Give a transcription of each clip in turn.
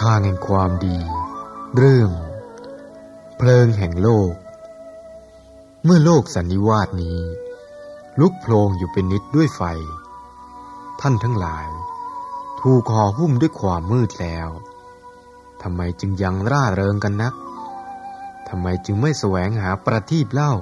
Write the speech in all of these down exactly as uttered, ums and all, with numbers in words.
างแห่งความดีเรื่องเพลิงแห่งโลกเมื่อโลกสันนิวาสนี้ลุกโผลงอยู่เป็นนิดด้วยไฟท่านทั้งหลายถูกห่อหุ้มด้วยความมืดแล้วทำไมจึงยังร่าเริงกันนักทำไมจึงไม่แสวงหาประทีปเล่า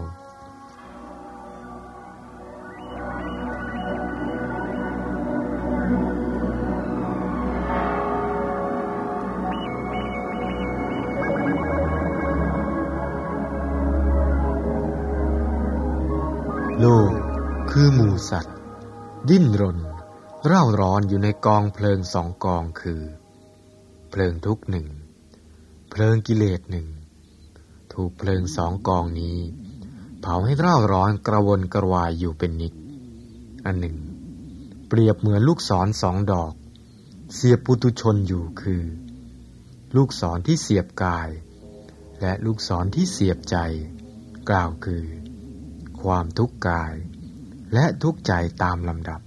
โลกคือหมู่สัตว์ดิ้นรนเร่าร้อนอยู่ในกองเพลิงสองกองคือเพลิงทุกข์หนึ่งเพลิงกิเลสหนึ่งถูกเพลิงสองกองนี้เผาให้เร่าร้อนกระวนกระวายอยู่เป็นนิจอันหนึ่งเปรียบเหมือนลูกศรสองดอกเสียบปุถุชนอยู่คือลูกศรที่เสียบกายและลูกศรที่เสียบใจกล่าวคือความทุกข์กายและทุกข์ใจตามลำดับ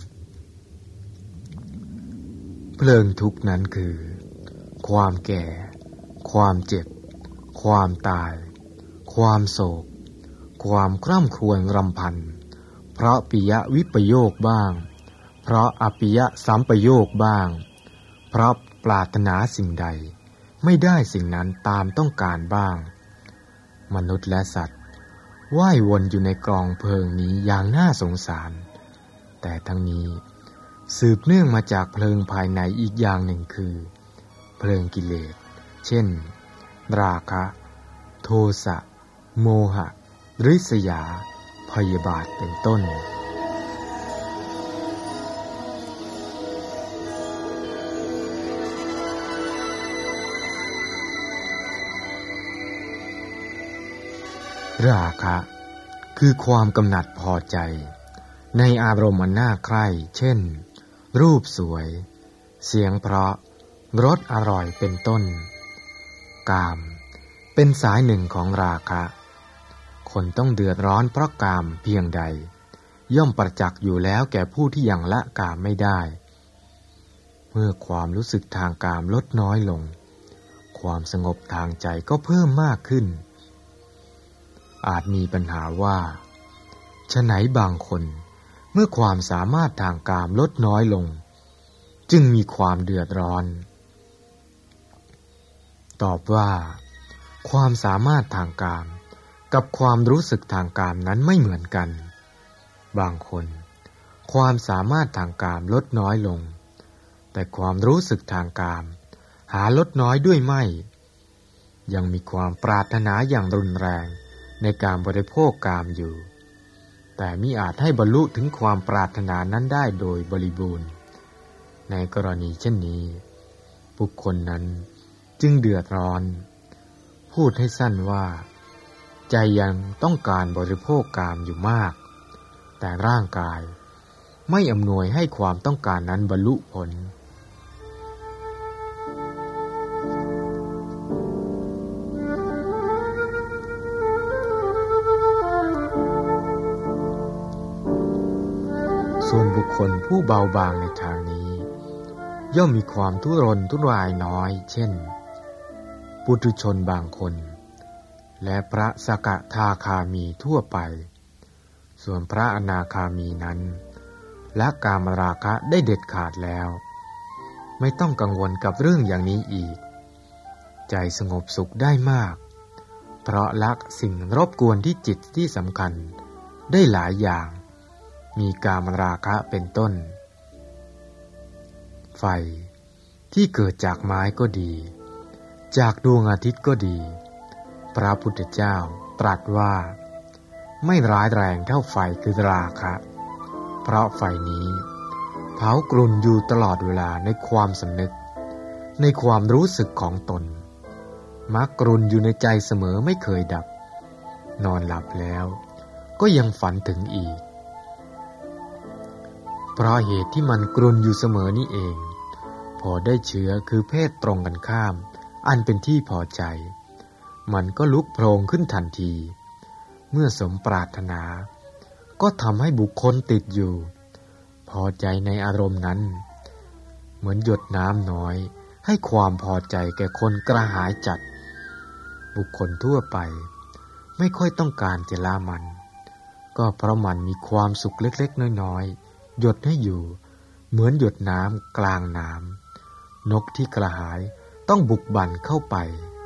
เพลิงทุกข์นั้นคือความแก่ความเจ็บความตายความโศกความคร่ำครวญรำพันเพราะปิยวิปโยคบ้างเพราะอปิยสัมปโยคบ้างเพราะปรารถนาสิ่งใดไม่ได้สิ่งนั้นตามต้องการบ้างมนุษย์และสัตว์ว่ายวนอยู่ในกองเพลิงนี้อย่างน่าสงสารแต่ทั้งนี้สืบเนื่องมาจากเพลิงภายในอีกอย่างหนึ่งคือเพลิงกิเลสเช่นราคะโทสะโมหะริษยาพยาบาทเป็นต้นราคะคือความกำหนัดพอใจในอารมณ์อันน่าใคร่เช่นรูปสวยเสียงเพราะรสอร่อยเป็นต้นกามเป็นสายหนึ่งของราคะคนต้องเดือดร้อนเพราะกามเพียงใดย่อมประจักษ์อยู่แล้วแก่ผู้ที่ยังละกามไม่ได้เมื่อความรู้สึกทางกามลดน้อยลงความสงบทางใจก็เพิ่มมากขึ้นอาจมีปัญหาว่าฉะไหนบางคนเมื่อความสามารถทางกามลดน้อยลงจึงมีความเดือดร้อนตอบว่าความสามารถทางกามกับความรู้สึกทางกามนั้นไม่เหมือนกันบางคนความสามารถทางกามลดน้อยลงแต่ความรู้สึกทางกามหาลดน้อยด้วยไม่ยังมีความปรารถนาอย่างรุนแรงในการบริโภคกามอยู่แต่มิอาจให้บรรลุถึงความปรารถนานั้นได้โดยบริบูรณ์ในกรณีเช่นนี้บุคคลนั้นจึงเดือดร้อนพูดให้สั้นว่าใจยังต้องการบริโภคกามอยู่มากแต่ร่างกายไม่อำนวยให้ความต้องการนั้นบรรลุผลส่วนบุคคลผู้เบาบางในทางนี้ย่อมมีความทุรนทุรายน้อยเช่นปุถุชนบางคนและพระสกทาคามีทั่วไปส่วนพระอนาคามีนั้นละกามราคะได้เด็ดขาดแล้วไม่ต้องกังวลกับเรื่องอย่างนี้อีกใจสงบสุขได้มากเพราะละสิ่งรบกวนที่จิตที่สำคัญได้หลายอย่างมีกามราคะเป็นต้นไฟที่เกิดจากไม้ก็ดีจากดวงอาทิตย์ก็ดีพระพุทธเจ้าตรัสว่าไม่ร้ายแรงเท่าไฟคือราคะเพราะไฟนี้เผากรุ่นอยู่ตลอดเวลาในความสำนึกในความรู้สึกของตนมักกรุ่นอยู่ในใจเสมอไม่เคยดับนอนหลับแล้วก็ยังฝันถึงอีกเพราะเหตุที่มันกรุ่นอยู่เสมอนี่เองพอได้เชื้อคือเพศตรงกันข้ามอันเป็นที่พอใจมันก็ลุกโผล่ขึ้นทันทีเมื่อสมปรารถนาก็ทำให้บุคคลติดอยู่พอใจในอารมณ์นั้นเหมือนหยดน้ำน้อยให้ความพอใจแก่คนกระหายจัดบุคคลทั่วไปไม่ค่อยต้องการจะละมันก็เพราะมันมีความสุขเล็กๆน้อยๆหยดให้อยู่เหมือนหยดน้ำกลางน้ำนกที่กระหายต้องบุกบั่นเข้าไป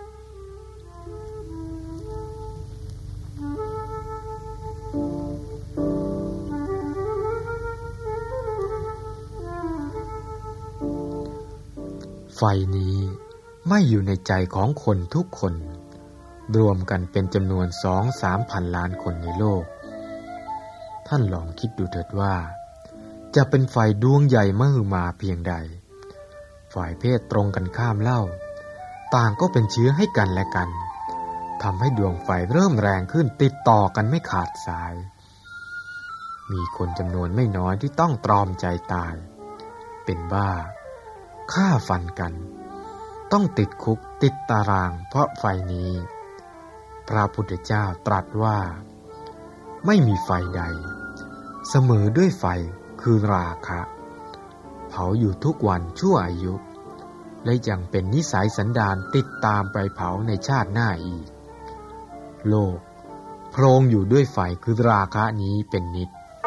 ไฟนี้ไม่อยู่ในใจของคนทุกคนรวมกันเป็นจำนวนสองสามพันล้านคนในโลกท่านลองคิดดูเถิดว่าจะเป็นไฟดวงใหญ่มหึมาเพียงใดฝ่ายเพศตรงกันข้ามเล่าต่างก็เป็นเชื้อให้กันและกันทำให้ดวงไฟเริ่มแรงขึ้นติดต่อกันไม่ขาดสายมีคนจำนวนไม่น้อยที่ต้องตรอมใจตายเป็นบ้าฆ่าฟันกันต้องติดคุกติดตารางเพราะไฟนี้พระพุทธเจ้าตรัสว่าไม่มีไฟใดเสมอด้วยไฟคือราคะเผาอยู่ทุกวันชั่วอายุและยังเป็นนิสัยสันดานติดตามไปเผาในชาติหน้าอีกโลกโพรงอยู่ด้วยไฟคือราคะนี้เป็นนิจ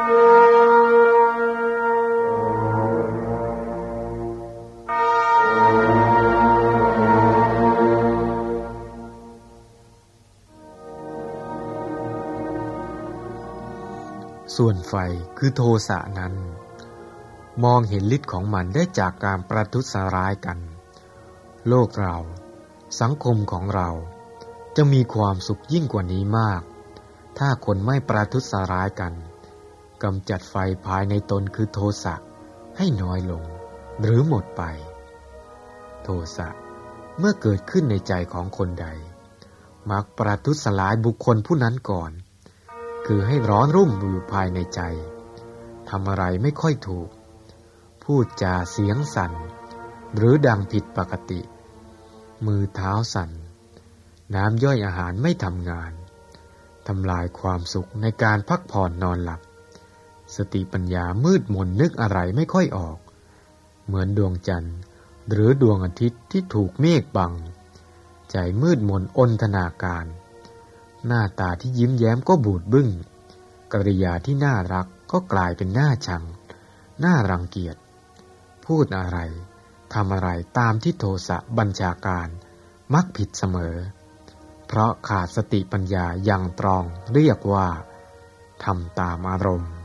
ส่วนไฟคือโทสะนั้นมองเห็นฤทธิ์ของมันได้จากการประทุษร้ายกันโลกเราสังคมของเราจะมีความสุขยิ่งกว่านี้มากถ้าคนไม่ประทุษร้ายกันกำจัดไฟภายในตนคือโทสะให้น้อยลงหรือหมดไปโทสะเมื่อเกิดขึ้นในใจของคนใดมักประทุษร้ายบุคคลผู้นั้นก่อนคือให้ร้อนรุ่มอยู่ภายในใจทำอะไรไม่ค่อยถูกพูดจาเสียงสั่นหรือดังผิดปกติมือเท้าสั่นน้ำย่อยอาหารไม่ทำงานทำลายความสุขในการพักผ่อนนอนหลับสติปัญญามืดมนนึกอะไรไม่ค่อยออกเหมือนดวงจันทร์หรือดวงอาทิตย์ที่ถูกเมฆบังใจมืดมนอนทนาการหน้าตาที่ยิ้มแย้มก็บูดบึ้งกริยาที่น่ารักก็กลายเป็นน่าชังน่ารังเกียจพูดอะไรทำอะไรตามที่โทสะบัญชาการมักผิดเสมอเพราะขาดสติปัญญาอย่างตรองเรียกว่าทำตามอารมณ์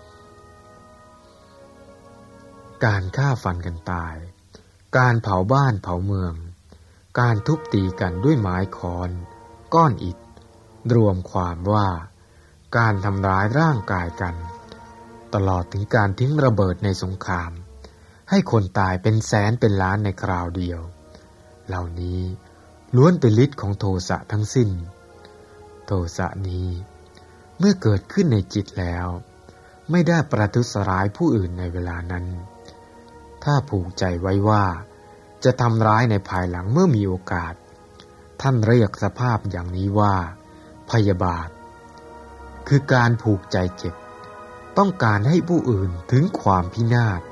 การฆ่าฟันกันตายการเผาบ้านเผาเมืองการทุบตีกันด้วยไม้ค้อนก้อนอิฐรวมความว่าการทำร้ายร่างกายกันตลอดถึงการทิ้งระเบิดในสงครามให้คนตายเป็นแสนเป็นล้านในคราวเดียวเหล่านี้ล้วนเป็นฤทธิ์ของโทสะทั้งสิ้นโทสะนี้เมื่อเกิดขึ้นในจิตแล้วไม่ได้ประทุษร้ายผู้อื่นในเวลานั้นถ้าผูกใจไว้ว่าจะทำร้ายในภายหลังเมื่อมีโอกาสท่านเรียกสภาพอย่างนี้ว่าพยาบาทคือการผูกใจเจ็บต้องการให้ผู้อื่นถึงความพินาศ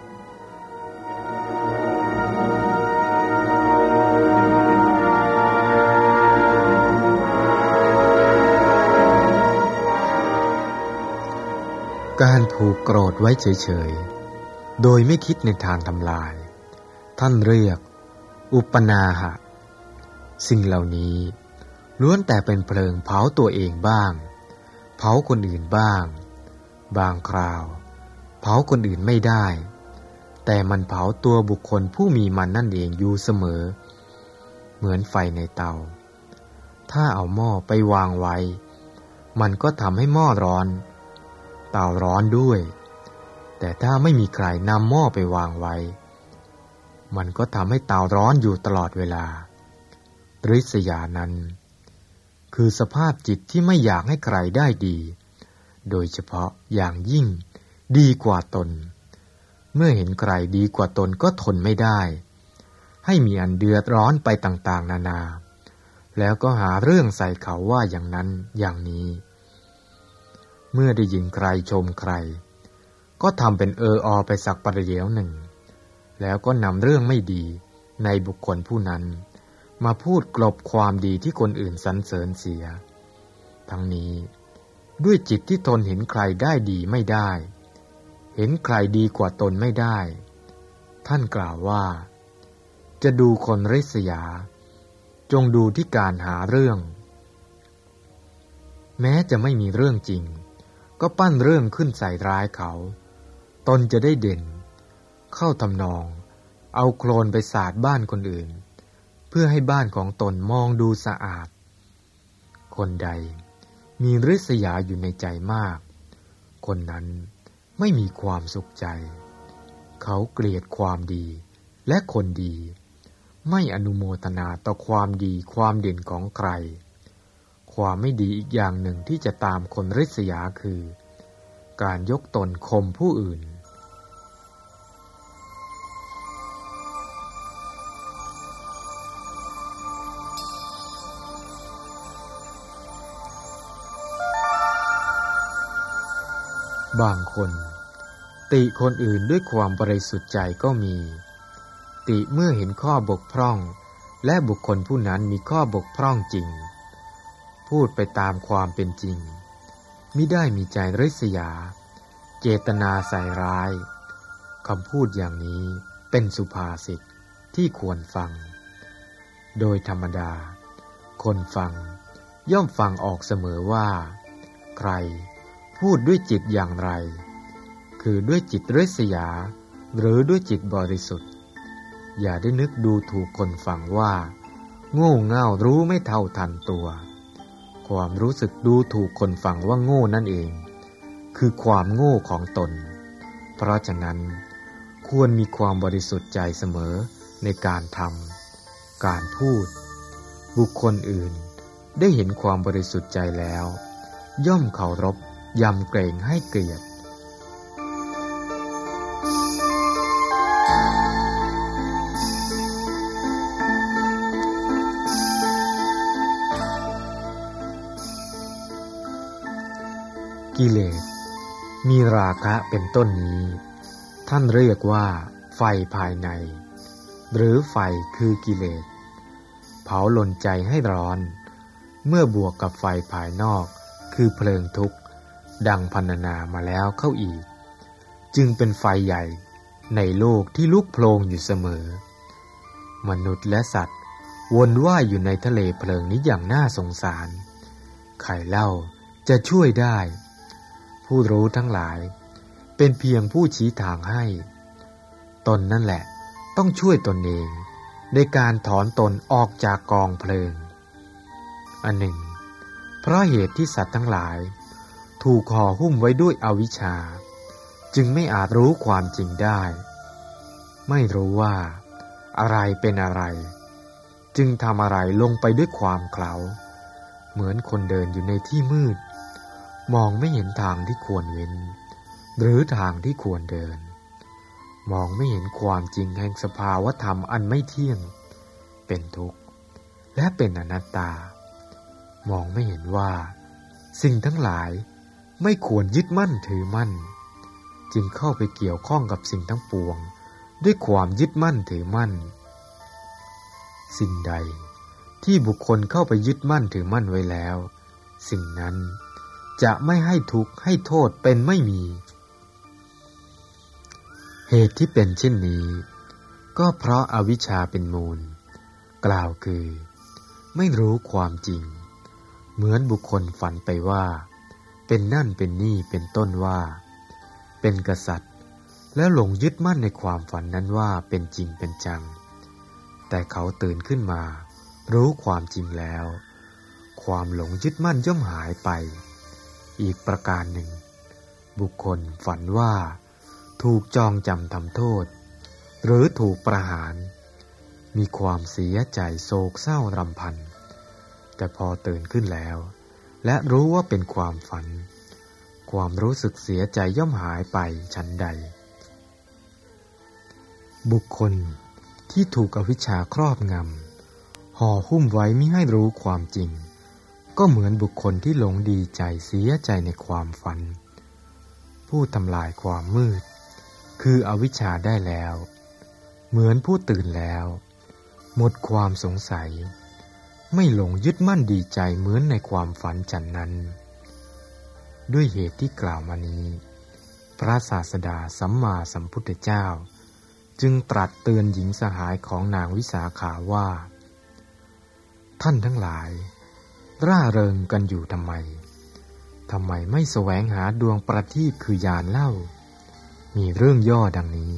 การผูกโกรธไว้เฉยๆโดยไม่คิดในทางทำลายท่านเรียกอุปนาหะสิ่งเหล่านี้ล้วนแต่เป็นเพลิงเผาตัวเองบ้างเผาคนอื่นบ้างบางคราวเผาคนอื่นไม่ได้แต่มันเผาตัวบุคคลผู้มีมันนั่นเองอยู่เสมอเหมือนไฟในเตาถ้าเอาหม้อไปวางไว้มันก็ทำให้หม้อร้อนเตาร้อนด้วยแต่ถ้าไม่มีใครนำหม้อไปวางไว้มันก็ทำให้เตาร้อนอยู่ตลอดเวลาริษยานั้นคือสภาพจิตที่ไม่อยากให้ใครได้ดีโดยเฉพาะอย่างยิ่งดีกว่าตนเมื่อเห็นใครดีกว่าตนก็ทนไม่ได้ให้มีอันเดือดร้อนไปต่างๆนานาแล้วก็หาเรื่องใส่เขาว่าอย่างนั้นอย่างนี้เมื่อได้ยินใครชมใครก็ทำเป็นเอออไปสักประเดี๋ยวหนึ่งแล้วก็นำเรื่องไม่ดีในบุคคลผู้นั้นมาพูดกลบความดีที่คนอื่นสรรเสริญเสียทั้งนี้ด้วยจิตที่ทนเห็นใครได้ดีไม่ได้เห็นใครดีกว่าตนไม่ได้ท่านกล่าวว่าจะดูคนริษยาจงดูที่การหาเรื่องแม้จะไม่มีเรื่องจริงก็ปั้นเรื่องขึ้นใส่ร้ายเขาตนจะได้เด่นเข้าทำนองเอาโคลนไปสาดบ้านคนอื่นเพื่อให้บ้านของตนมองดูสะอาดคนใดมีริษยาอยู่ในใจมากคนนั้นไม่มีความสุขใจเขาเกลียดความดีและคนดีไม่อนุโมทนาต่อความดีความเด่นของใครความไม่ดีอีกอย่างหนึ่งที่จะตามคนริษยาคือการยกตนข่มผู้อื่นบางคนติคนอื่นด้วยความบริสุทธิ์ใจก็มีติเมื่อเห็นข้อบกพร่องและบุคคลผู้นั้นมีข้อบกพร่องจริงพูดไปตามความเป็นจริงมิได้มีใจริษยาเจตนาใส่ร้ายคำพูดอย่างนี้เป็นสุภาษิตที่ควรฟังโดยธรรมดาคนฟังย่อมฟังออกเสมอว่าใครพูดด้วยจิตอย่างไรคือด้วยจิตริษยาหรือด้วยจิตบริสุทธิ์อย่าได้นึกดูถูกคนฟังว่าโง่เง่ารู้ไม่เท่าทันตัวความรู้สึกดูถูกคนฟังว่าโง่นั่นเองคือความโง่ของตนเพราะฉะนั้นควรมีความบริสุทธิ์ใจเสมอในการทำการพูดบุคคลอื่นได้เห็นความบริสุทธิ์ใจแล้วย่อมเคารพยำเกรงให้เกียรติกิเลสมีราคะเป็นต้นนี้ท่านเรียกว่าไฟภายในหรือไฟคือกิเลสเผาลนใจให้ร้อนเมื่อบวกกับไฟภายนอกคือเพลิงทุกข์ดังพรรณนามาแล้วเข้าอีกจึงเป็นไฟใหญ่ในโลกที่ลุกโพลงอยู่เสมอมนุษย์และสัตว์วนว่ายอยู่ในทะเลเพลิงนี้อย่างน่าสงสารใครเล่าจะช่วยได้ผู้รู้ทั้งหลายเป็นเพียงผู้ชี้ทางให้ตนนั่นแหละต้องช่วยตนเองในการถอนตนออกจากกองเพลิงอันหนึ่งเพราะเหตุที่สัตว์ทั้งหลายถูกห่อหุ้มไว้ด้วยอวิชชาจึงไม่อาจรู้ความจริงได้ไม่รู้ว่าอะไรเป็นอะไรจึงทำอะไรลงไปด้วยความเขลาเหมือนคนเดินอยู่ในที่มืดมองไม่เห็นทางที่ควรเว้นหรือทางที่ควรเดินมองไม่เห็นความจริงแห่งสภาวธรรมอันไม่เที่ยงเป็นทุกข์และเป็นอนัตตามองไม่เห็นว่าสิ่งทั้งหลายไม่ควรยึดมั่นถือมั่นจึงเข้าไปเกี่ยวข้องกับสิ่งทั้งปวงด้วยความยึดมั่นถือมั่นสิ่งใดที่บุคคลเข้าไปยึดมั่นถือมั่นไว้แล้วสิ่งนั้นจะไม่ให้ทุกข์ให้โทษเป็นไม่มีเหตุที่เป็นเช่นนี้ก็เพราะอวิชชาเป็นมูลกล่าวคือไม่รู้ความจริงเหมือนบุคคลฝันไปว่าเป็นนั่นเป็นนี่เป็นต้นว่าเป็นกษัตริย์แล้วหลงยึดมั่นในความฝันนั้นว่าเป็นจริงเป็นจังแต่เขาตื่นขึ้นมารู้ความจริงแล้วความหลงยึดมั่นย่อมหายไปอีกประการหนึ่งบุคคลฝันว่าถูกจองจำทำโทษหรือถูกประหารมีความเสียใจโศกเศร้ารำพันแต่พอตื่นขึ้นแล้วและรู้ว่าเป็นความฝันความรู้สึกเสียใจย่อมหายไปฉันใดบุคคลที่ถูกอวิชชาครอบงำห่อหุ้มไว้มิให้รู้ความจริงก็เหมือนบุคคลที่หลงดีใจเสียใจในความฝันผู้ทำลายความมืดคืออวิชชาได้แล้วเหมือนผู้ตื่นแล้วหมดความสงสัยไม่หลงยึดมั่นดีใจเหมือนในความฝันฉันนั้นด้วยเหตุที่กล่าวมานี้พระศาสดาสัมมาสัมพุทธเจ้าจึงตรัสเตือนหญิงสหายของนางวิสาขาว่าท่านทั้งหลายร่าเริงกันอยู่ทำไมทำไมไม่แสวงหาดวงประทีปคือยานเล่ามีเรื่องย่อดังนี้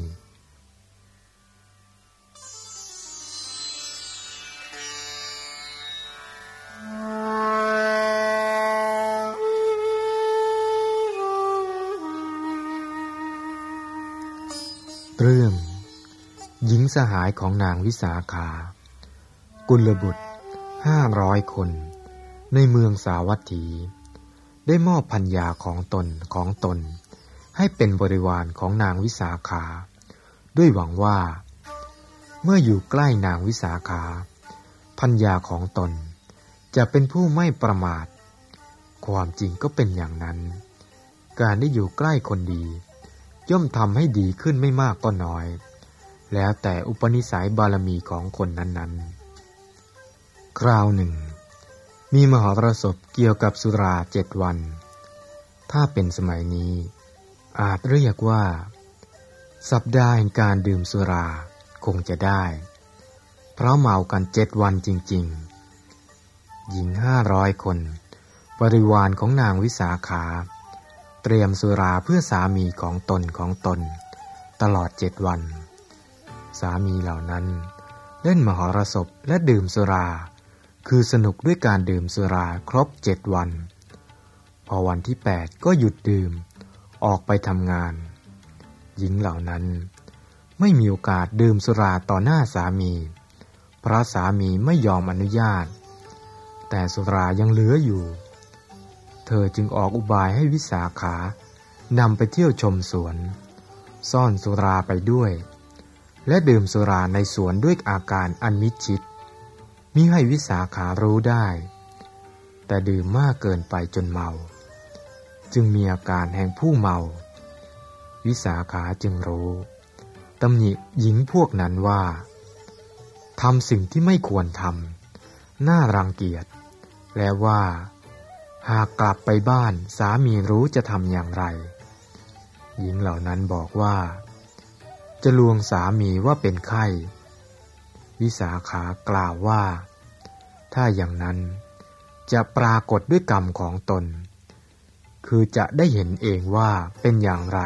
เรื่องหญิงสหายของนางวิสาขากุลบุตรห้าร้อยคนในเมืองสาวัตถีได้มอบพัญญาของตนของตนให้เป็นบริวารของนางวิสาขาด้วยหวังว่าเมื่ออยู่ใกล้นางวิสาขาพัญญาของตนจะเป็นผู้ไม่ประมาทความจริงก็เป็นอย่างนั้นการได้อยู่ใกล้คนดีย่อมทำให้ดีขึ้นไม่มากก็น้อยแล้วแต่อุปนิสัยบารมีของคนนั้นๆคราวหนึ่งมีมหรสพเกี่ยวกับสุราเจ็ดวันถ้าเป็นสมัยนี้อาจเรียกว่าสัปดาห์แห่งการดื่มสุราคงจะได้เพราะเมากันเจ็ดวันจริงๆหญิงห้าร้อยคนบริวารของนางวิสาขาเตรียมสุราเพื่อสามีของตนของตนตลอดเจ็ดวันสามีเหล่านั้นเล่นมหรสพและดื่มสุราคือสนุกด้วยการดื่มสุราครบเจ็ดวันพอวันที่แปดก็หยุดดื่มออกไปทำงานหญิงเหล่านั้นไม่มีโอกาสดื่มสุราต่อหน้าสามีเพราะสามีไม่ยอมอนุญาตแต่สุรายังเหลืออยู่เธอจึงออกอุบายให้วิสาขานำไปเที่ยวชมสวนซ่อนสุราไปด้วยและดื่มสุราในสวนด้วยอาการอันมิดชิดมิให้วิสาขารู้ได้แต่ดื่มมากเกินไปจนเมาจึงมีอาการแห่งผู้เมาวิสาขาจึงรู้ตำหนิหญิงพวกนั้นว่าทำสิ่งที่ไม่ควรทำน่ารังเกียจและว่าหากกลับไปบ้านสามีรู้จะทำอย่างไรหญิงเหล่านั้นบอกว่าจะลวงสามีว่าเป็นไข้วิสาขากล่าวว่าถ้าอย่างนั้นจะปรากฏด้วยกรรมของตนคือจะได้เห็นเองว่าเป็นอย่างไร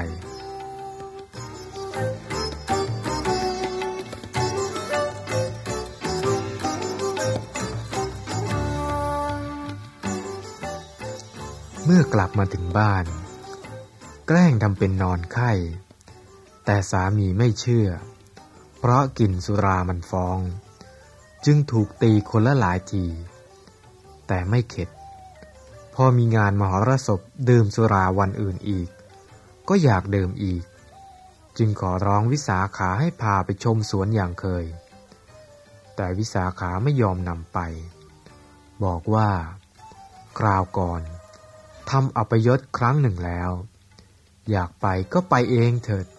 เมื่อกลับมาถึงบ้านแกล้งทำเป็นนอนไข้แต่สามีไม่เชื่อเพราะกลิ่นสุรามันฟ้องจึงถูกตีคนละหลายทีแต่ไม่เข็ดพอมีงานมหรสพดื่มสุราวันอื่นอีกก็อยากดื่มอีกจึงขอร้องวิสาขาให้พาไปชมสวนอย่างเคยแต่วิสาขาไม่ยอมนำไปบอกว่าคราวก่อนทำอัปยศครั้งหนึ่งแล้วอยากไปก็ไปเองเถิด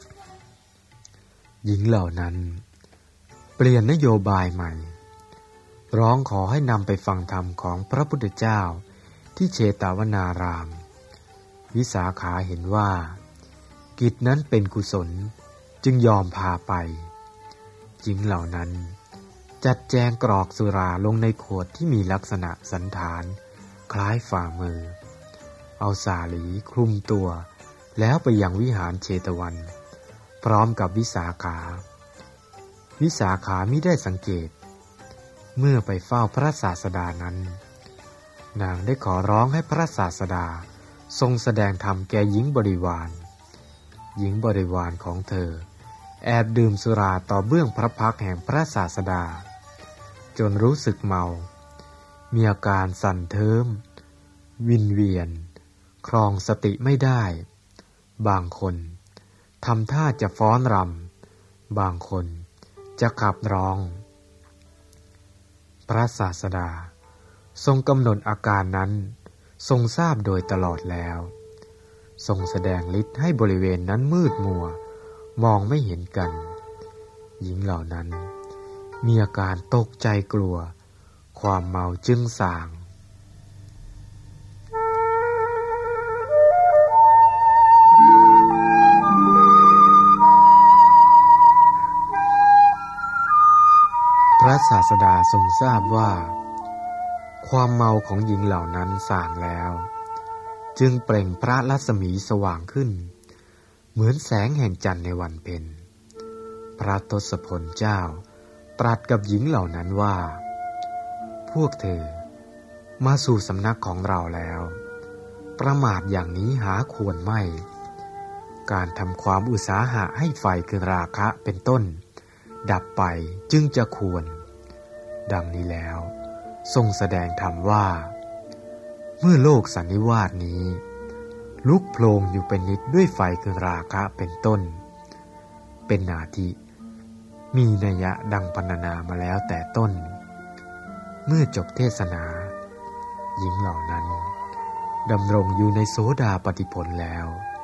หญิงเหล่านั้นเปลี่ยนนโยบายใหม่ร้องขอให้นำไปฟังธรรมของพระพุทธเจ้าที่เชตวนารามวิสาขาเห็นว่ากิจนั้นเป็นกุศลจึงยอมพาไปหญิงเหล่านั้นจัดแจงกรอกสุราลงในขวดที่มีลักษณะสันฐานคล้ายฝ่ามือเอาสาลีคลุมตัวแล้วไปยังวิหารเชตวันพร้อมกับวิสาขาวิสาขามิได้สังเกตเมื่อไปเฝ้าพระศาสดานั้นนางได้ขอร้องให้พระศาสดาทรงแสดงธรรมแก่หญิงบริวารหญิงบริวารของเธอแอบดื่มสุราต่อเบื้องพระพักตร์แห่งพระศาสดาจนรู้สึกเมามีอาการสั่นเทิมวินเวียนครองสติไม่ได้บางคนทำท่าจะฟ้อนรำบางคนจะขับร้องพระศาสดาทรงกำหนดอาการนั้นทรงทราบโดยตลอดแล้วทรงแสดงฤทธิ์ให้บริเวณนั้นมืดมัวมองไม่เห็นกันหญิงเหล่านั้นมีอาการตกใจกลัวความเมาจึงส่างพระศาสดาทรงทราบว่าความเมาของหญิงเหล่านั้นส่างแล้วจึงเปล่งพระรัศมีสว่างขึ้นเหมือนแสงแห่งจันทร์ในวันเพ็ญพระทศพลเจ้าตรัสกับหญิงเหล่านั้นว่าพวกเธอมาสู่สำนักของเราแล้วประมาทอย่างนี้หาควรไม่การทำความอุตสาหะให้ไฟคือราคะเป็นต้นดับไปจึงจะควรดังนี้แล้วทรงแสดงธรรมว่าเมื่อโลกสันนิวาสนี้ลุกโผล่อยู่เป็นนิดด้วยไฟคือราคะเป็นต้นเป็นนาทิมีนัยยะดังพรรณนามาแล้วแต่ต้นเมื่อจบเทศนาหญิงเหล่านั้นดำรงอยู่ในโสดาปัตติผลแล้ว